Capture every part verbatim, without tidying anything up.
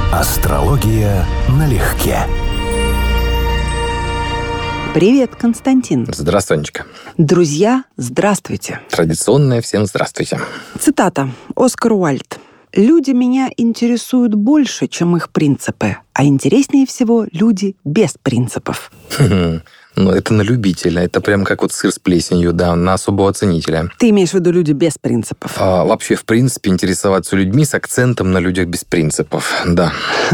Астрология налегке. Привет, Константин. Здравствуй, Анечка. Друзья, здравствуйте. Традиционное всем здравствуйте. Цитата. Оскар Уайльд. «Люди меня интересуют больше, чем их принципы, а интереснее всего люди без принципов». Ну, это на любителя. Это прям как вот сыр с плесенью, да, на особого ценителя. Ты имеешь в виду люди без принципов? А, вообще, в принципе, интересоваться людьми с акцентом на людях без принципов, да.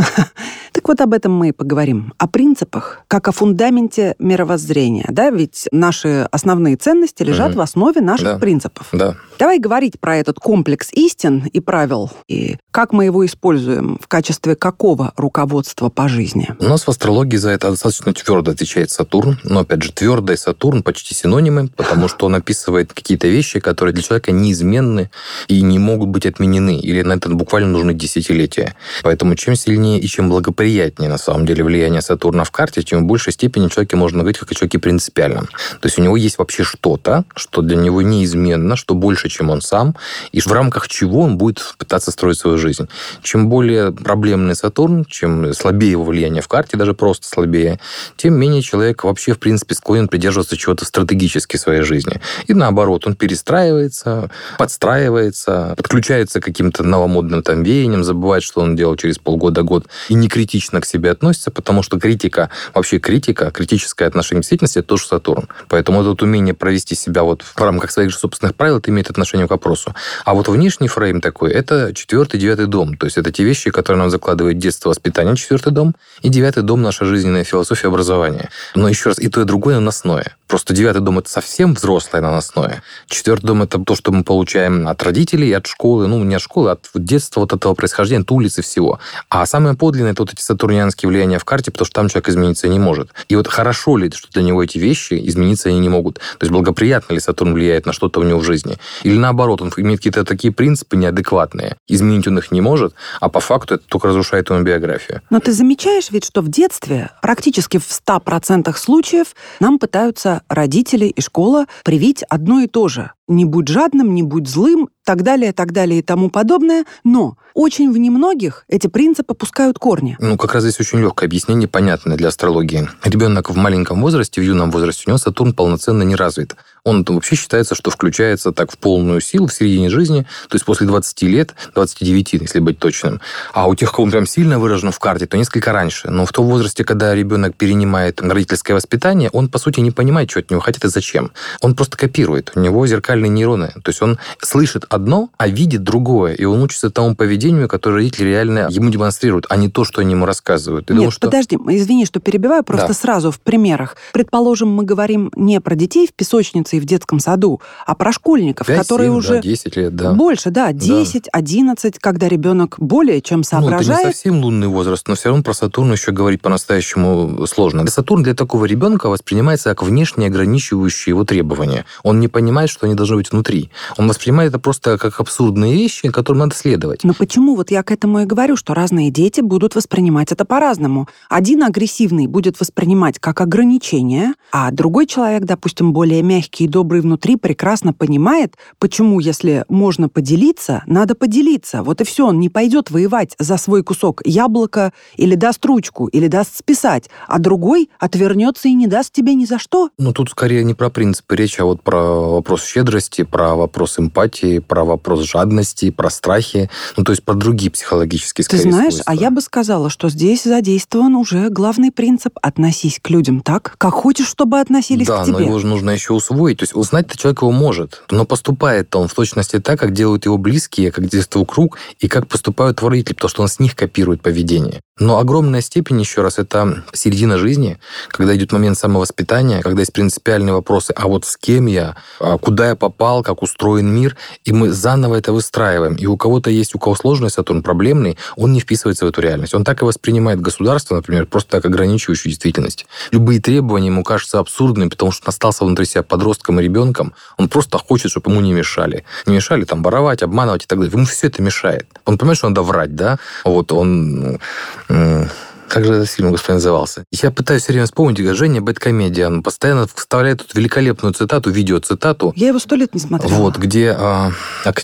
Так вот об этом мы и поговорим. О принципах, как о фундаменте мировоззрения. Да? Ведь наши основные ценности лежат угу. в основе наших да. принципов. Да. Давай говорить про этот комплекс истин и правил, и как мы его используем, в качестве какого руководства по жизни. У нас в астрологии за это достаточно твердо отвечает Сатурн. Но, опять же, твердо и Сатурн почти синонимы, потому что он описывает какие-то вещи, которые для человека неизменны и не могут быть отменены. Или на это буквально нужны десятилетия. Поэтому чем сильнее и чем благоприятнее, на самом деле, влияние Сатурна в карте, тем в большей степени человеке можно говорить как о человеке принципиальном. То есть у него есть вообще что-то, что для него неизменно, что больше, чем он сам, и в рамках чего он будет пытаться строить свою жизнь. Чем более проблемный Сатурн, чем слабее его влияние в карте, даже просто слабее, тем менее человек вообще, в принципе, склонен придерживаться чего-то стратегически в своей жизни. И наоборот, он перестраивается, подстраивается, подключается к каким-то новомодным там веяниям, забывает, что он делал через полгода-год, и не критично к себе относится, потому что критика, вообще критика, критическое отношение к действительности – это тоже Сатурн. Поэтому это вот умение провести себя вот в рамках своих же собственных правил, это имеет отношение к вопросу. А вот внешний фрейм такой – это четвертый, девятый дом. То есть это те вещи, которые нам закладывает детство, воспитание, четвертый дом, и девятый дом – наша жизненная философия образования. Но еще раз, и то, и другое наносное. Просто девятый дом – это совсем взрослое наносное. Четвертый дом – это то, что мы получаем от родителей, от школы, ну, не от школы, а от детства, вот этого происхождения, от улицы всего. А самое подлинное – это вот эти сатурнианские влияния в карте, потому что там человек измениться не может. И вот хорошо ли, что для него эти вещи измениться они не могут? То есть благоприятно ли Сатурн влияет на что-то у него в жизни? Или наоборот, он имеет какие-то такие принципы неадекватные. Изменить он их не может, а по факту это только разрушает ему биографию. Но ты замечаешь ведь, что в детстве практически в ста процентах случаев нам пытаются родители и школа привить одно и то же. Не будь жадным, не будь злым, так далее, так далее и тому подобное. Но очень в немногих эти принципы пускают корни. Ну, как раз здесь очень легкое объяснение, понятное для астрологии. Ребенок в маленьком возрасте, в юном возрасте, у него Сатурн полноценно не развит. Он вообще считается, что включается так в полную силу в середине жизни, то есть после двадцати лет, двадцати девяти, если быть точным. А у тех, кого он прям сильно выражен в карте, то несколько раньше. Но в том возрасте, когда ребенок перенимает родительское воспитание, он, по сути, не понимает, что от него хотят и зачем. Он просто копирует. У него зеркальные нейроны. То есть он слышит одно, а видит другое. И он учится тому поведению, которое родители реально ему демонстрируют, а не то, что они ему рассказывают. И Нет, думаю, что... подожди, извини, что перебиваю, просто да. сразу в примерах. Предположим, мы говорим не про детей в песочнице и в детском саду, а про школьников, пять, которые семь, уже... Да, десять лет, да. Больше, да, десять, одиннадцать, когда ребенок более чем соображает. Ну, это не совсем лунный возраст, но все равно про Сатурн еще говорить по-настоящему сложно. Сатурн для такого ребенка воспринимается как внешне ограничивающие его требования. Он не понимает, что они должны быть внутри. Он воспринимает это просто как абсурдные вещи, которым надо следовать. Но почему? Вот я к этому и говорю, что разные дети будут воспринимать это по-разному. Один агрессивный будет воспринимать как ограничение, а другой человек, допустим, более мягкий и добрый внутри, прекрасно понимает, почему, если можно поделиться, надо поделиться. Вот и все, он не пойдет воевать за свой кусок яблока или даст ручку, или даст списать, а другой отвернется и не даст тебе ни за что. Ну, тут скорее не про принципы речь, а вот про вопрос щедрости, про вопрос эмпатии, про вопрос жадности, про страхи, ну, то есть про другие психологические, скорее, Ты знаешь, свойства. А я бы сказала, что здесь задействован уже главный принцип «относись к людям так, как хочешь, чтобы относились да, к тебе». Да, но его же нужно еще усвоить. То есть узнать-то человек его может, но поступает-то он в точности так, как делают его близкие, как действует его круг, и как поступают его родители, потому что он с них копирует поведение. Но огромная степень, еще раз, это середина жизни, когда идет момент самовоспитания, когда есть принципиальные вопросы, а вот с кем я, куда я попал, как устроен мир, и мы заново это выстраиваем. И у кого-то есть, у кого сложный Сатурн, проблемный, он не вписывается в эту реальность. Он так и воспринимает государство, например, просто так ограничивающую действительность. Любые требования ему кажутся абсурдными, потому что он остался внутри себя подростком и ребенком, он просто хочет, чтобы ему не мешали. Не мешали там воровать, обманывать и так далее. Ему все это мешает. Он понимает, что надо врать, да? Вот он... Как же этот фильм, господин, назывался? Я пытаюсь все время вспомнить, Женя Бэдкомедиан постоянно вставляет тут великолепную цитату, видеоцитату. Я его сто лет не смотрела. Вот, где э, актер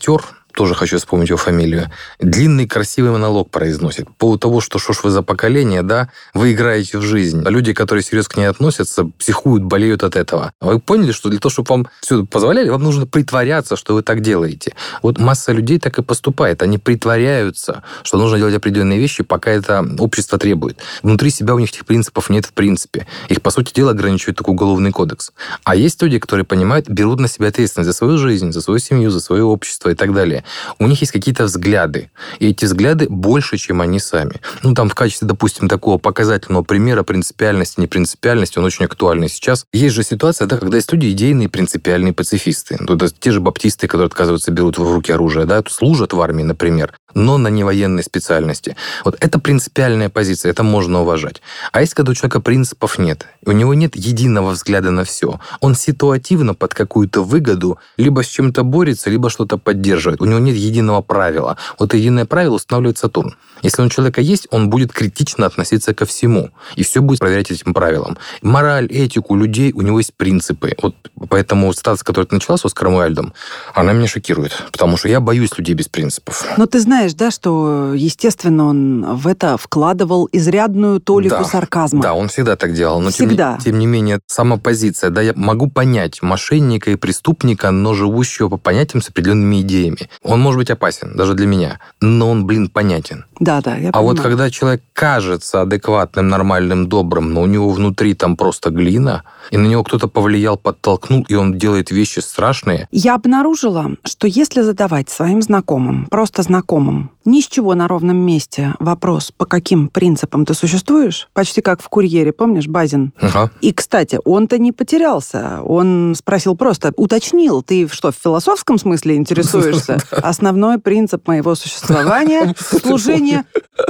тоже хочу вспомнить его фамилию, длинный красивый монолог произносит по поводу того, что что ж вы за поколение, да, вы играете в жизнь. А люди, которые серьезно к ней относятся, психуют, болеют от этого. Вы поняли, что для того, чтобы вам все позволяли, вам нужно притворяться, что вы так делаете. Вот масса людей так и поступает. Они притворяются, что нужно делать определенные вещи, пока это общество требует. Внутри себя у них этих принципов нет в принципе. Их, по сути дела, ограничивает такой уголовный кодекс. А есть люди, которые понимают, берут на себя ответственность за свою жизнь, за свою семью, за свое общество и так далее. У них есть какие-то взгляды. И эти взгляды больше, чем они сами. Ну, там в качестве, допустим, такого показательного примера принципиальности, непринципиальности, он очень актуальный сейчас. Есть же ситуация, да, когда есть люди идейные, принципиальные пацифисты. Ну, это те же баптисты, которые отказываются, берут в руки оружие, да, служат в армии, например, но на невоенной специальности. Вот это принципиальная позиция, это можно уважать. А есть, когда у человека принципов нет, у него нет единого взгляда на все. Он ситуативно под какую-то выгоду либо с чем-то борется, либо что-то поддерживает. У него нет единого правила. Вот единое правило устанавливает Сатурн. Если у человека есть, он будет критично относиться ко всему. И все будет проверять этим правилам. Мораль, этику людей, у него есть принципы. Вот поэтому ситуация, которая началась с Оскаром Уайльдом, она меня шокирует. Потому что я боюсь людей без принципов. Но ты знаешь, да, что, естественно, он в это вкладывал изрядную толику да, сарказма. Да, он всегда так делал. Но всегда. Тем, тем не менее, сама позиция, да, я могу понять мошенника и преступника, но живущего по понятиям с определенными идеями. Он может быть опасен, даже для меня, но он, блин, понятен. Да, да, я а понимаю. вот когда человек кажется адекватным, нормальным, добрым, но у него внутри там просто глина, и на него кто-то повлиял, подтолкнул, и он делает вещи страшные. Я обнаружила, что если задавать своим знакомым, просто знакомым, ни с чего на ровном месте вопрос, по каким принципам ты существуешь, почти как в «Курьере», помнишь, Базин? Ага. И, кстати, он-то не потерялся. Он спросил просто, уточнил, ты что, в философском смысле интересуешься? Основной принцип моего существования — служение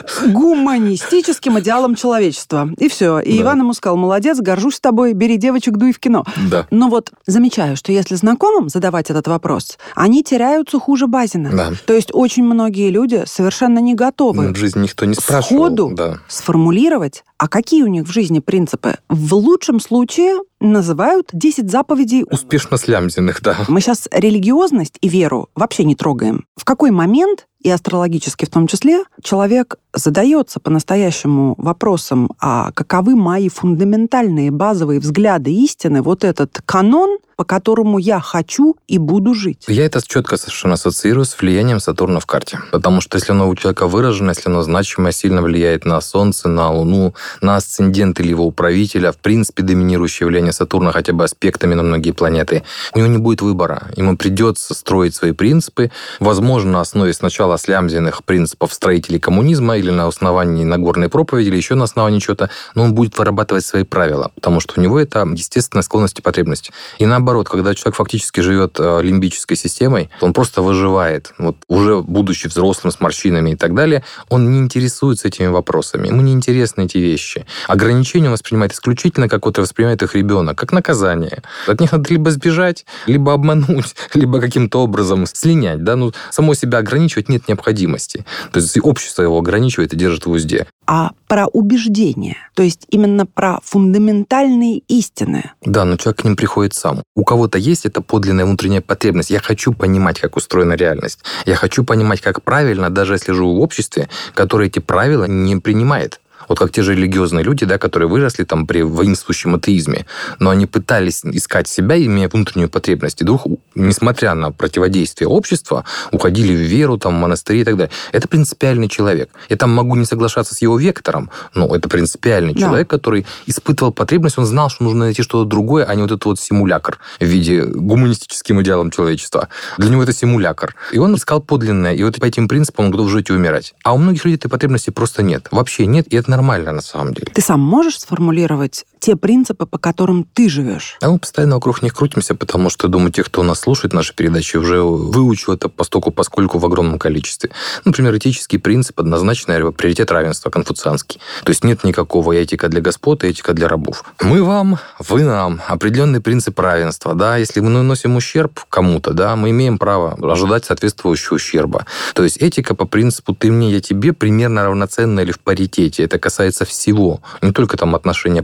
гуманистическим идеалам человечества. И все. И Да. Иван ему сказал, молодец, горжусь тобой, бери девочек, дуй в кино. Да. Но вот замечаю, что если знакомым задавать этот вопрос, они теряются хуже Базина. Да. То есть очень многие люди совершенно не готовы В жизни никто не спрашивал. сходу Да. сформулировать, а какие у них в жизни принципы. В лучшем случае называют десять заповедей. Успешно слямзенных, да. Мы сейчас религиозность и веру вообще не трогаем. В какой момент, и астрологически в том числе, человек задается по-настоящему вопросом, а каковы мои фундаментальные базовые взгляды истины, вот этот канон, по которому я хочу и буду жить. Я это четко совершенно ассоциирую с влиянием Сатурна в карте. Потому что если оно у человека выражено, если оно значимое, сильно влияет на Солнце, на Луну, на асцендент или его управителя, в принципе, доминирующее влияние Сатурна хотя бы аспектами на многие планеты, у него не будет выбора. Ему придется строить свои принципы, возможно, на основе сначала слямзенных принципов строителей коммунизма или на основании Нагорной проповеди, или еще на основании чего-то, но он будет вырабатывать свои правила, потому что у него это естественная склонность и потребность. И наоборот, когда человек фактически живет лимбической системой, он просто выживает. Вот уже будучи взрослым, с морщинами и так далее, он не интересуется этими вопросами. Ему не интересны эти вещи. Ограничения он воспринимает исключительно, как вот воспринимает их ребенок, как наказание. От них надо либо сбежать, либо обмануть, либо каким-то образом слинять. Да? Ну, само себя ограничивать нет необходимости. То есть общество его ограничивает и держит в узде. А про убеждения, то есть именно про фундаментальные истины. Да, но человек к ним приходит сам. У кого-то есть эта подлинная внутренняя потребность. Я хочу понимать, как устроена реальность. Я хочу понимать, как правильно, даже если живу в обществе, которое эти правила не принимает. Вот как те же религиозные люди, да, которые выросли там при воинствующем атеизме, но они пытались искать себя, имея внутреннюю потребность. И вдруг, несмотря на противодействие общества, уходили в веру, там, в монастыри и так далее. Это принципиальный человек. Я там могу не соглашаться с его вектором, но это принципиальный да. человек, который испытывал потребность, он знал, что нужно найти что-то другое, а не вот этот вот симулякр в виде гуманистическим идеалом человечества. Для него это симулякр. И он искал подлинное, и вот по этим принципам он готов жить и умирать. А у многих людей этой потребности просто нет. Вообще нет, и это нормально на самом деле. Ты сам можешь сформулировать те принципы, по которым ты живешь? А мы постоянно вокруг них крутимся, потому что, думаю, те, кто нас слушает, наши передачи, уже выучил это постольку, поскольку в огромном количестве. Например, этический принцип однозначно приоритет равенства, конфуцианский. То есть нет никакого этика для господ и этика для рабов. Мы вам, вы нам. Определенный принцип равенства. Да? Если мы наносим ущерб кому-то, да, мы имеем право ожидать соответствующего ущерба. То есть этика по принципу «ты мне, я тебе» примерно равноценна или в паритете. Это касается всего. Не только там отношения полов, друзей,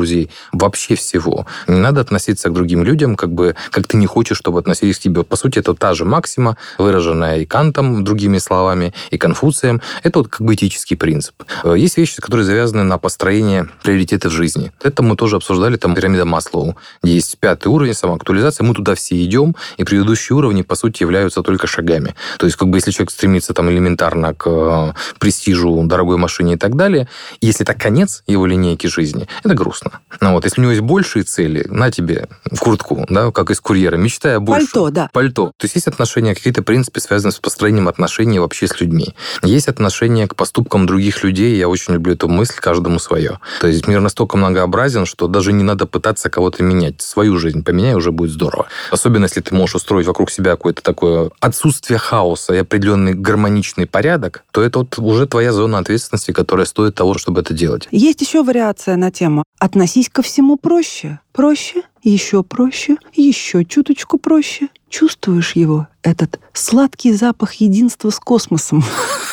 друзей, вообще всего. Не надо относиться к другим людям, как бы, как ты не хочешь, чтобы относились к тебе. По сути, это та же максима, выраженная и Кантом, другими словами, и Конфуцием. Это вот как бы этический принцип. Есть вещи, которые завязаны на построение приоритетов в жизни. Это мы тоже обсуждали, там пирамида Маслоу, где есть пятый уровень, самоактуализация, мы туда все идем, и предыдущие уровни, по сути, являются только шагами. То есть, как бы, если человек стремится там элементарно к престижу, дорогой машине и так далее, если это конец его линейки жизни, это грустно. Ну, вот, если у него есть большие цели, на тебе куртку, да, как из курьера, мечтай о большем. Пальто, да. Пальто. То есть, есть отношения, какие-то принципы, связанные с построением отношений вообще с людьми. Есть отношения к поступкам других людей, я очень люблю эту мысль, каждому свое. То есть, мир настолько многообразен, что даже не надо пытаться кого-то менять. Свою жизнь поменяй, уже будет здорово. Особенно, если ты можешь устроить вокруг себя какое-то такое отсутствие хаоса и определенный гармоничный порядок, то это вот уже твоя зона ответственности, которая стоит того, чтобы это делать. Есть еще вариация на тему «относись ко всему проще». Проще, еще проще, еще чуточку проще. Чувствуешь его, этот сладкий запах единства с космосом?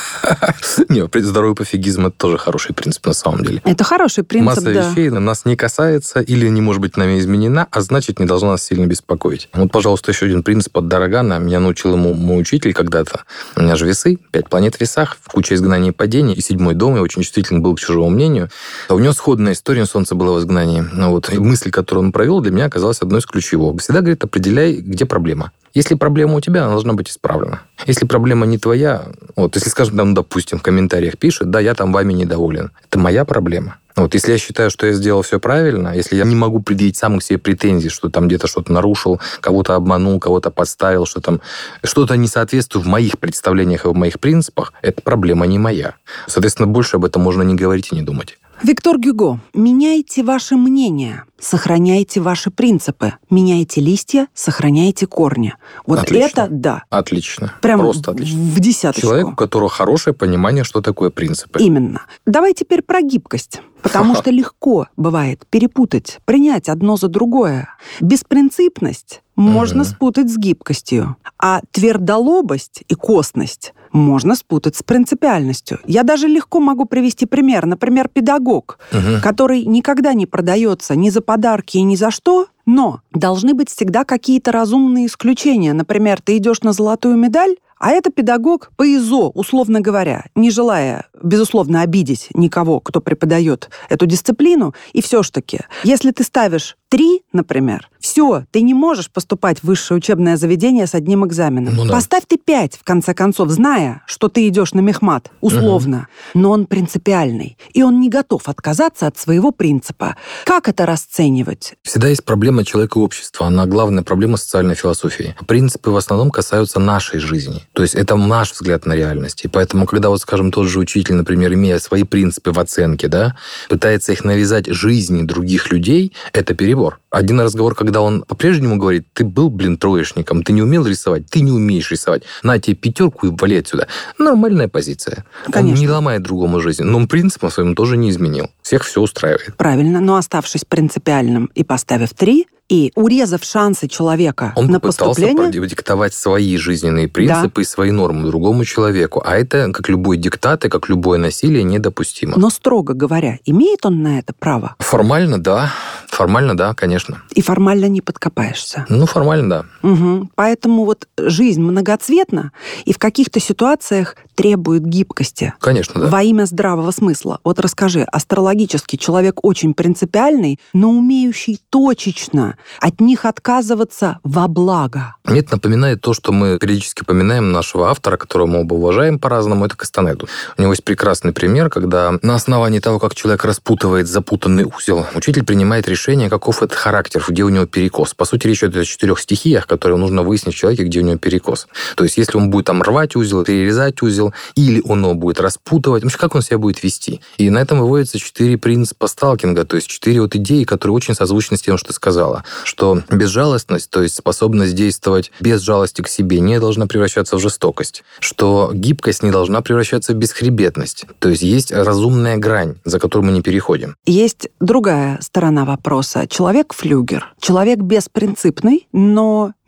Нет, здоровый пофигизм – это тоже хороший принцип на самом деле. Это хороший принцип, Масса да. вещей нас не касается или не может быть нами изменена, а значит, не должна нас сильно беспокоить. Вот, пожалуйста, еще один принцип от Дорогана. Меня научил ему мой учитель когда-то. У меня же весы, пять планет в весах, куча изгнаний и падений, и седьмой дом, я очень чувствителен был к чужому мнению. У него сходная история, Солнце было в изгнании. Вот. И мысль, которую он провел, для меня оказалась одной из ключевых. Всегда, говорит, определяй, где проблема. Если проблема у тебя, она должна быть исправлена. Если проблема не твоя, вот, если, скажем, там, допустим, в комментариях пишет, да, я там вами недоволен, это моя проблема. Вот, если я считаю, что я сделал все правильно, если я не могу предъявить сам к себе претензий, что там где-то что-то нарушил, кого-то обманул, кого-то подставил, что там что-то не соответствует в моих представлениях и в моих принципах, эта проблема не моя. Соответственно, больше об этом можно не говорить и не думать. Виктор Гюго. Меняйте ваше мнение, сохраняйте ваши принципы. Меняйте листья, сохраняйте корни. Вот Отлично. Это да. Отлично. Прям Просто отлично. В десяточку. Человек, у которого хорошее понимание, что такое принципы. Именно. Давай теперь про гибкость. Потому что легко бывает перепутать, принять одно за другое. Беспринципность можно спутать с гибкостью, а твердолобость и косность можно спутать с принципиальностью. Я даже легко могу привести пример. Например, педагог, угу. который никогда не продается ни за подарки и ни за что, но должны быть всегда какие-то разумные исключения. Например, ты идешь на золотую медаль, а это педагог по ИЗО, условно говоря, не желая, безусловно, обидеть никого, кто преподает эту дисциплину. И все ж таки, если ты ставишь три, например, все, ты не можешь поступать в высшее учебное заведение с одним экзаменом. Ну, да. Поставь ты пять, в конце концов, зная, что ты идешь на мехмат, условно. Угу. Но он принципиальный, и он не готов отказаться от своего принципа. Как это расценивать? Всегда есть проблема человека и общества. Она главная проблема социальной философии. Принципы в основном касаются нашей жизни. То есть это наш взгляд на реальность. И поэтому, когда, вот, скажем, тот же учитель, например, имея свои принципы в оценке, да, пытается их навязать жизни других людей, это перебор. Один разговор, когда он по-прежнему говорит, ты был, блин, троечником, ты не умел рисовать, ты не умеешь рисовать, на тебе пятерку и вали отсюда. Нормальная позиция. Конечно. Он не ломает другому жизнь, но он принципом своим тоже не изменил. Всех все устраивает. Правильно, но оставшись принципиальным и поставив три, и урезав шансы человека он на поступление... Он попытался диктовать свои жизненные принципы да. и свои нормы другому человеку. А это, как любой диктат и как любое насилие, недопустимо. Но, строго говоря, имеет он на это право? Формально, да. Формально, да, конечно. И формально не подкопаешься? Ну, формально, да. Угу. Поэтому вот жизнь многоцветна и в каких-то ситуациях требует гибкости. Конечно, да. Во имя здравого смысла. Вот расскажи, астрологически человек очень принципиальный, но умеющий точечно от них отказываться во благо. Мне это напоминает то, что мы периодически поминаем нашего автора, которого мы оба уважаем по-разному, это Кастанеду. У него есть прекрасный пример, когда на основании того, как человек распутывает запутанный узел, учитель принимает решение, каков это характер, где у него перекос. По сути, речь идет о четырех стихиях, которые нужно выяснить в человеке, где у него перекос. То есть, если он будет там рвать узел, перерезать узел, или он его будет распутывать, ну, как он себя будет вести. И на этом выводятся четыре принципа сталкинга, то есть четыре вот идеи, которые очень созвучны с тем, что ты сказала. Что безжалостность, то есть способность действовать без жалости к себе, не должна превращаться в жестокость. Что гибкость не должна превращаться в бесхребетность. То есть есть разумная грань, за которую мы не переходим. Есть другая сторона вопроса. Человек-флюгер. Человек беспринципный, но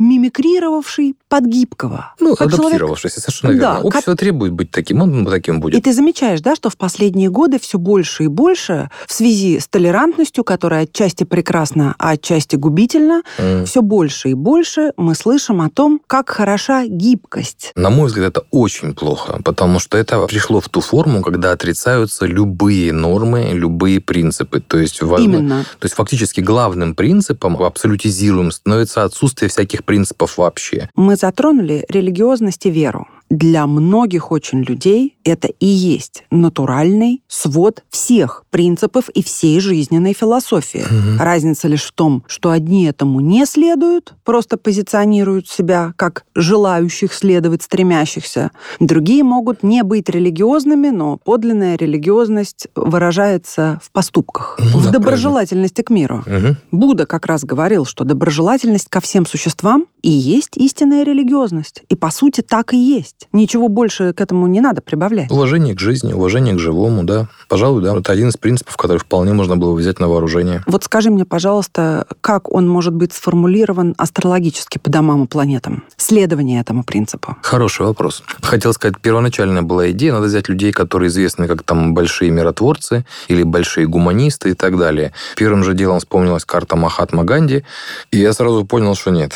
мимикрировавший под гибкого. Ну, как адаптировавшийся, человек... совершенно верно. Да, Общество как... требует быть таким, он таким будет. И ты замечаешь, да, что в последние годы все больше и больше в связи с толерантностью, которая отчасти прекрасна, а отчасти губительна, mm. все больше и больше мы слышим о том, как хороша гибкость. На мой взгляд, это очень плохо, потому что это пришло в ту форму, когда отрицаются любые нормы, любые принципы. То есть, важно... Именно. То есть фактически главным принципом абсолютизируем становится отсутствие всяких принципов вообще. Мы затронули религиозность и веру. Для многих очень людей это и есть натуральный свод всех принципов и всей жизненной философии. Угу. Разница лишь в том, что одни этому не следуют, просто позиционируют себя как желающих следовать, стремящихся. Другие могут не быть религиозными, но подлинная религиозность выражается в поступках, ну, в да, доброжелательности правильно. К миру. Угу. Будда как раз говорил, что доброжелательность ко всем существам и есть истинная религиозность. И по сути так и есть. Ничего больше к этому не надо прибавлять. Уважение к жизни, уважение к живому, да. Пожалуй, да. Это один из принципов, который вполне можно было взять на вооружение. Вот скажи мне, пожалуйста, как он может быть сформулирован астрологически по домам и планетам? Следование этому принципу. Хороший вопрос. Хотел сказать, первоначальная была идея, надо взять людей, которые известны как там большие миротворцы или большие гуманисты и так далее. Первым же делом вспомнилась карта Махатма Ганди, и я сразу понял, что нет.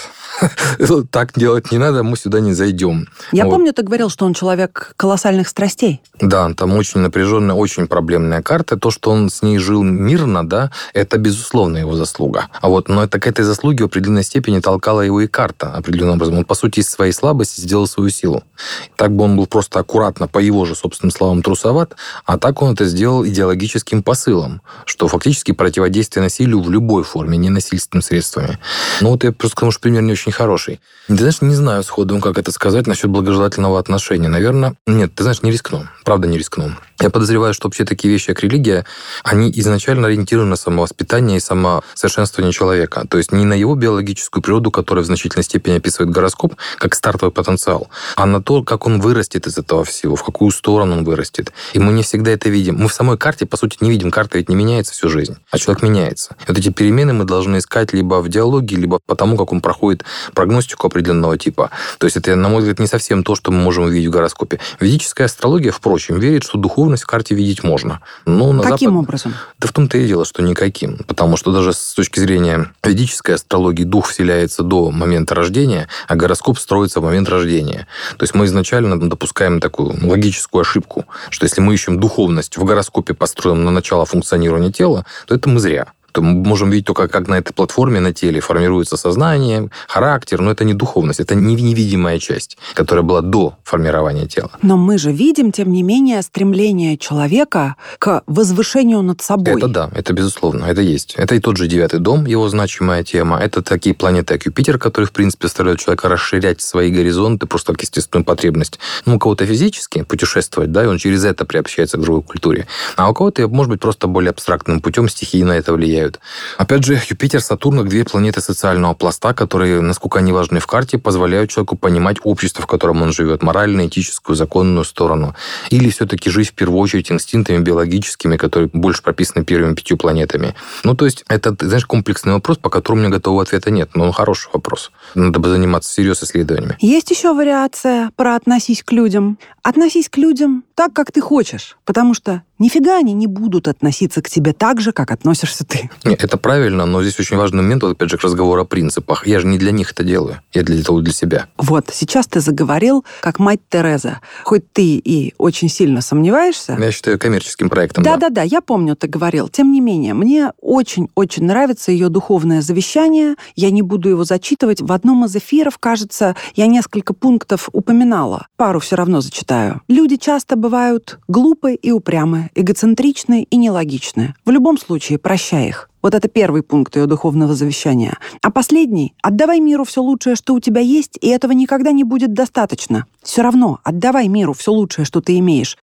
Так делать не надо, мы сюда не зайдем. Я вот. помню, ты говорил, что он человек колоссальных страстей. Да, там очень напряженная, очень проблемная карта. То, что он с ней жил мирно, да, это, безусловно, его заслуга. А вот, но это к этой заслуге в определенной степени толкала его и карта определенным образом. Он, по сути, из своей слабости сделал свою силу. Так бы он был просто аккуратно, по его же собственным словам, трусоват, а так он это сделал идеологическим посылом, что фактически противодействие насилию в любой форме, не насильственными средствами. Ну вот я просто скажу, что пример не очень хороший. Ты знаешь, не знаю сходу, как это сказать насчет благожелательного отношения. Наверное, нет, ты знаешь, не рискну. Правда, не рискну. Я подозреваю, что вообще такие вещи, как религия, они изначально ориентированы на самовоспитание и самосовершенствование человека. То есть не на его биологическую природу, которая в значительной степени описывает гороскоп, как стартовый потенциал, а на то, как он вырастет из этого всего, в какую сторону он вырастет. И мы не всегда это видим. Мы в самой карте, по сути, не видим. Карта ведь не меняется всю жизнь, а человек меняется. И вот эти перемены мы должны искать либо в диалоге, либо потому, как он проходит прогностику определенного типа. То есть это, на мой взгляд, не совсем то, что мы можем увидеть в гороскопе. Ведическая астрология, впрочем, верит, что духовность в карте видеть можно. Но на Каким Запад... образом? Да в том-то и дело, что никаким. Потому что даже с точки зрения ведической астрологии дух вселяется до момента рождения, а гороскоп строится в момент рождения. То есть мы изначально допускаем такую логическую ошибку, что если мы ищем духовность в гороскопе, построенном на начало функционирования тела, то это мы зря. Мы можем видеть только, как на этой платформе, на теле формируется сознание, характер, но это не духовность, это невидимая часть, которая была до формирования тела. Но мы же видим, тем не менее, стремление человека к возвышению над собой. Это да, это безусловно, это есть. Это и тот же девятый дом, его значимая тема. Это такие планеты, как Юпитер, которые, в принципе, заставляют человека расширять свои горизонты просто как естественную потребность. Ну, у кого-то физически путешествовать, да, и он через это приобщается к другой культуре. А у кого-то, может быть, просто более абстрактным путем стихии на это влияют. Опять же, Юпитер, Сатурн, две планеты социального пласта, которые, насколько они важны в карте, позволяют человеку понимать общество, в котором он живет, моральную, этическую, законную сторону. Или все-таки жить в первую очередь инстинктами биологическими, которые больше прописаны первыми пятью планетами. Ну, то есть, это, знаешь, комплексный вопрос, по которому у меня готового ответа нет. Но он хороший вопрос. Надо бы заниматься всерьез исследованиями. Есть еще вариация про «относись к людям». Относись к людям так, как ты хочешь, потому что нифига они не будут относиться к тебе так же, как относишься ты. Нет, это правильно, но здесь очень важный момент, вот, опять же, к разговору о принципах. Я же не для них это делаю, я для этого для себя. Вот, сейчас ты заговорил, как мать Тереза. Хоть ты и очень сильно сомневаешься... Я считаю коммерческим проектом, да. Да-да-да, я помню, ты говорил. Тем не менее, мне очень-очень нравится ее духовное завещание. Я не буду его зачитывать. В одном из эфиров, кажется, я несколько пунктов упоминала. Пару все равно зачитаю. Люди часто бывают глупы и упрямы, эгоцентричны и нелогичны. В любом случае, прощай их. Вот это первый пункт ее духовного завещания. А последний – отдавай миру все лучшее, что у тебя есть, и этого никогда не будет достаточно. Все равно отдавай миру все лучшее, что ты имеешь.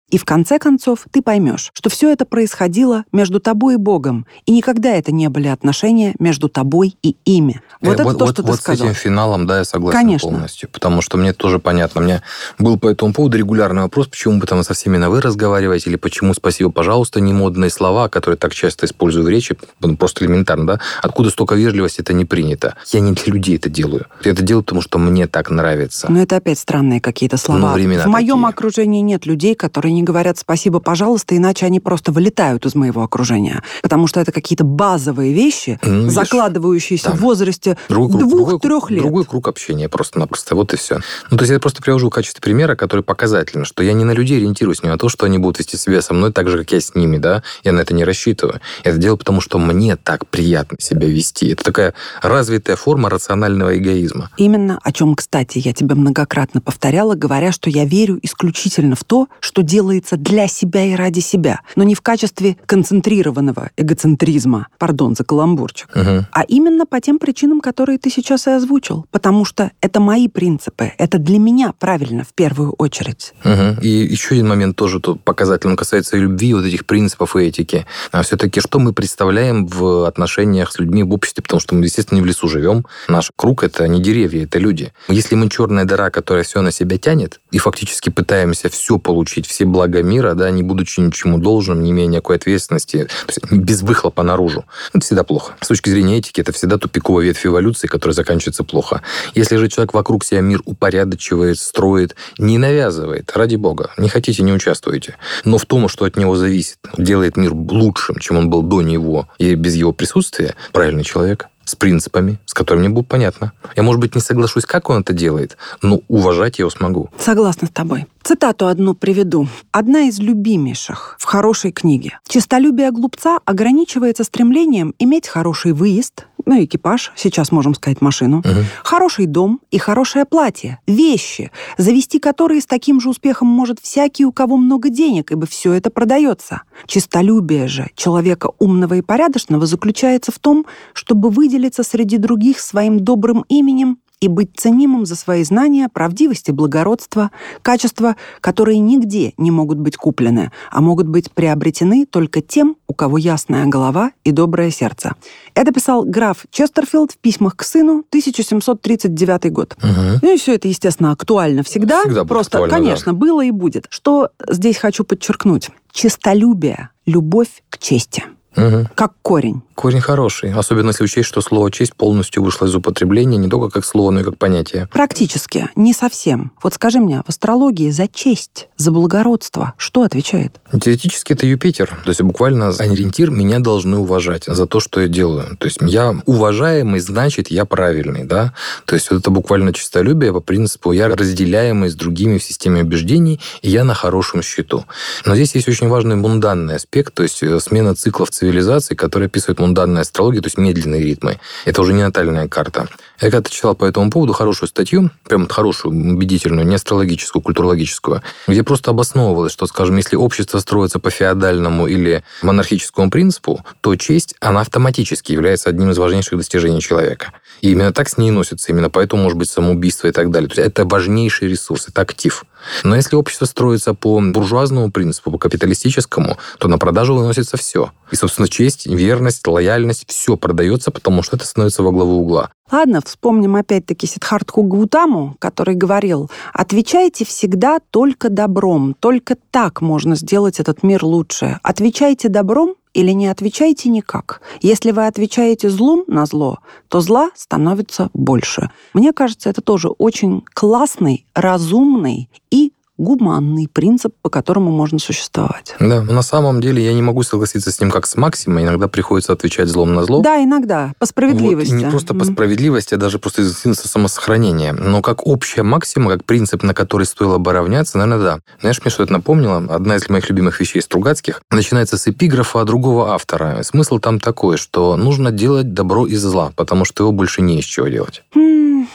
И в конце концов ты поймешь, что все это происходило между тобой и Богом, и никогда это не были отношения между тобой и ими. Вот э, это вот, то, вот, что вот ты сказал. с этим финалом, да, я согласен Конечно. полностью, потому что мне тоже понятно. У меня был по этому поводу регулярный вопрос, почему вы там со всеми на «вы» разговариваете, или почему «спасибо, пожалуйста», не модные слова, которые так часто использую в речи, просто элементарно, да? Откуда столько вежливости, это не принято. Я не для людей это делаю. Я это делаю, потому что мне так нравится. Но это опять странные какие-то слова. Ну, времена в моем такие. окружении нет людей, которые не говорят «спасибо, пожалуйста», иначе они просто вылетают из моего окружения. Потому что это какие-то базовые вещи, ну, закладывающиеся там в возрасте двух-трех лет. Другой круг общения просто-напросто. Вот и все. Ну, то есть я просто привожу в качестве примера, который показательно, что я не на людей ориентируюсь, не на то, что они будут вести себя со мной так же, как я с ними, да. Я на это не рассчитываю. Я это делаю, потому что мне так приятно себя вести. Это такая развитая форма рационального эгоизма. Именно, о чем, кстати, я тебе многократно повторяла, говоря, что я верю исключительно в то, что делается для себя и ради себя, но не в качестве концентрированного эгоцентризма, пардон за каламбурчик, угу. а именно по тем причинам, которые ты сейчас и озвучил, потому что это мои принципы, это для меня правильно в первую очередь. Угу. И еще один момент тоже тут показательный, он касается и любви, вот этих принципов и этики. А все-таки что мы представляем в отношениях с людьми в обществе, потому что мы, естественно, не в лесу живем. Наш круг — это не деревья, это люди. Если мы черная дыра, которая все на себя тянет, и фактически пытаемся все получить, все блага мира, да, не будучи ничему должным, не имея никакой ответственности, то есть без выхлопа наружу, это всегда плохо. С точки зрения этики, это всегда тупиковая ветвь эволюции, которая заканчивается плохо. Если же человек вокруг себя мир упорядочивает, строит, не навязывает, ради бога, не хотите, не участвуйте, но в том, что от него зависит, делает мир лучшим, чем он был до него, и без его присутствия, правильный человек. С принципами, с которыми мне будет понятно. Я, может быть, не соглашусь, как он это делает, но уважать я его смогу. Согласна с тобой. Цитату одну приведу. Одна из любимейших в хорошей книге. «Честолюбие глупца ограничивается стремлением иметь хороший выезд, ну, экипаж, сейчас можем сказать машину, угу. хороший дом и хорошее платье, вещи, завести которые с таким же успехом может всякий, у кого много денег, ибо все это продается. Честолюбие же человека умного и порядочного заключается в том, чтобы выделиться среди других своим добрым именем и быть ценимым за свои знания, правдивость и благородство, качества, которые нигде не могут быть куплены, а могут быть приобретены только тем, у кого ясная голова и доброе сердце». Это писал граф Честерфилд в письмах к сыну, тысяча семьсот тридцать девятый год. Угу. Ну и все это, естественно, актуально всегда. Всегда Просто, актуально, конечно, да. было и будет. Что здесь хочу подчеркнуть? Честолюбие, любовь к чести. Угу. Как корень. Корень хороший, особенно если учесть, что слово «честь» полностью вышло из употребления не только как слово, но и как понятие. Практически, не совсем. Вот скажи мне, в астрологии за честь, за благородство что отвечает? Теоретически это Юпитер. То есть буквально ориентир, меня должны уважать за то, что я делаю. То есть я уважаемый, значит, я правильный, да? То есть вот это буквально честолюбие по принципу я разделяемый с другими в системе убеждений, и я на хорошем счету. Но здесь есть очень важный мунданный аспект, то есть смена циклов цивилизации, которая описывает мунданная астрология, то есть медленные ритмы. Это уже не натальная карта. Я когда-то читал по этому поводу хорошую статью, прям хорошую, убедительную, не астрологическую, культурологическую, где просто обосновывалось, что, скажем, если общество строится по феодальному или монархическому принципу, то честь, она автоматически является одним из важнейших достижений человека. И именно так с ней носится, именно поэтому может быть самоубийство и так далее. То есть это важнейший ресурс, это актив. Но если общество строится по буржуазному принципу, по капиталистическому, то на продажу выносится все. И, собственно, честь, верность, лояльность, все продается, потому что это становится во главу угла. Ладно, вспомним опять-таки Сиддхартху Гаутаму, который говорил: «Отвечайте всегда только добром, только так можно сделать этот мир лучше. Отвечайте добром или не отвечайте никак. Если вы отвечаете злом на зло, то зла становится больше». Мне кажется, это тоже очень классный, разумный и гуманный принцип, по которому можно существовать. Да, но на самом деле я не могу согласиться с ним как с максимой. Иногда приходится отвечать злом на зло. Да, иногда, по справедливости. Вот, и не просто по справедливости, а даже просто из инстинкта самосохранения. Но как общая максима, как принцип, на который стоило бы равняться, наверное, да. Знаешь, мне что это напомнило? Одна из моих любимых вещей Стругацких начинается с эпиграфа другого автора. Смысл там такой, что нужно делать добро из зла, потому что его больше не из чего делать.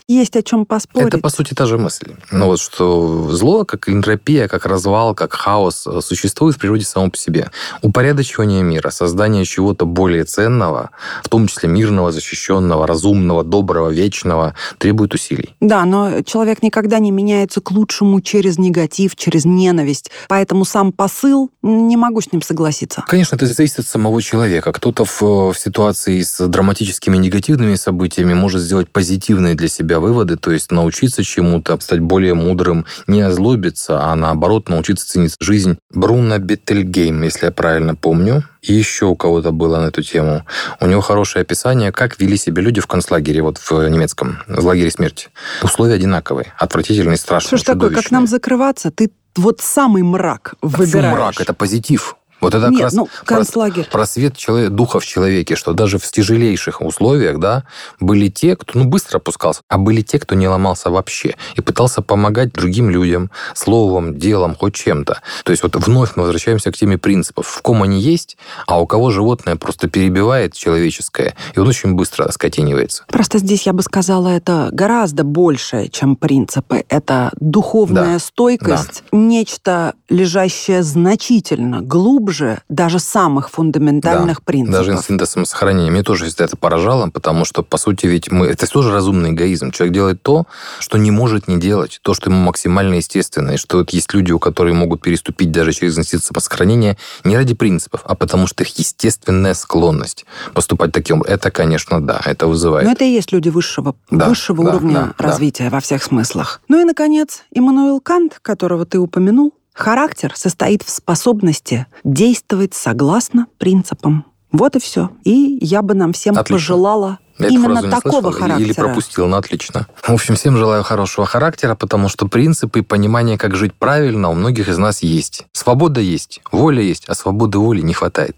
есть о чем поспорить. Это, по сути, та же мысль. Ну вот, что зло, как энтропия, как развал, как хаос, существует в природе само по себе. Упорядочивание мира, создание чего-то более ценного, в том числе мирного, защищенного, разумного, доброго, вечного, требует усилий. Да, но человек никогда не меняется к лучшему через негатив, через ненависть. Поэтому сам посыл, не могу с ним согласиться. Конечно, это зависит от самого человека. Кто-то в, в ситуации с драматическими негативными событиями может сделать позитивные для себя выводы, то есть научиться чему-то, стать более мудрым, не озлобиться, а наоборот научиться ценить жизнь. Бруно Беттельгейм, если я правильно помню, и еще у кого-то было на эту тему. У него хорошее описание, как вели себя люди в концлагере, вот в немецком, в лагере смерти. Условия одинаковые, отвратительные, страшные, Что ж такое, как нам закрываться? Ты вот самый мрак выбираешь. Мрак — это позитив. Вот это Нет, как раз ну, концлагерь. просвет человека, духа в человеке, что даже в тяжелейших условиях, да, были те, кто ну, быстро опускался, а были те, кто не ломался вообще и пытался помогать другим людям словом, делом, хоть чем-то. То есть вот вновь мы возвращаемся к теме принципов. В ком они есть, а у кого животное просто перебивает человеческое, и он очень быстро скотинивается. Просто здесь я бы сказала, это гораздо большее, чем принципы. Это духовная Да. стойкость, да. нечто, лежащее значительно глубже даже самых фундаментальных да, принципов. Даже инстинкта самосохранения. Мне тоже всегда это поражало, потому что, по сути, ведь мы... это тоже разумный эгоизм. Человек делает то, что не может не делать, то, что ему максимально естественно, и что вот есть люди, у которых могут переступить даже через инстинкт самосохранения не ради принципов, а потому что их естественная склонность поступать таким. Это, конечно, да, это вызывает. Но это и есть люди высшего, да, высшего да, уровня да, развития да. во всех смыслах. Ну и, наконец, Иммануил Кант, которого ты упомянул. Характер состоит в способности действовать согласно принципам. Вот и все. И я бы нам всем Отлично. пожелала Я именно эту фразу не такого слышал, характера. Или пропустил, ну отлично. В общем, всем желаю хорошего характера, потому что принципы и понимание, как жить правильно, у многих из нас есть. Свобода есть, воля есть, а свободы воли не хватает.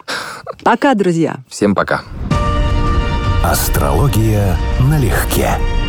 Пока, друзья. Всем пока. Астрология налегке.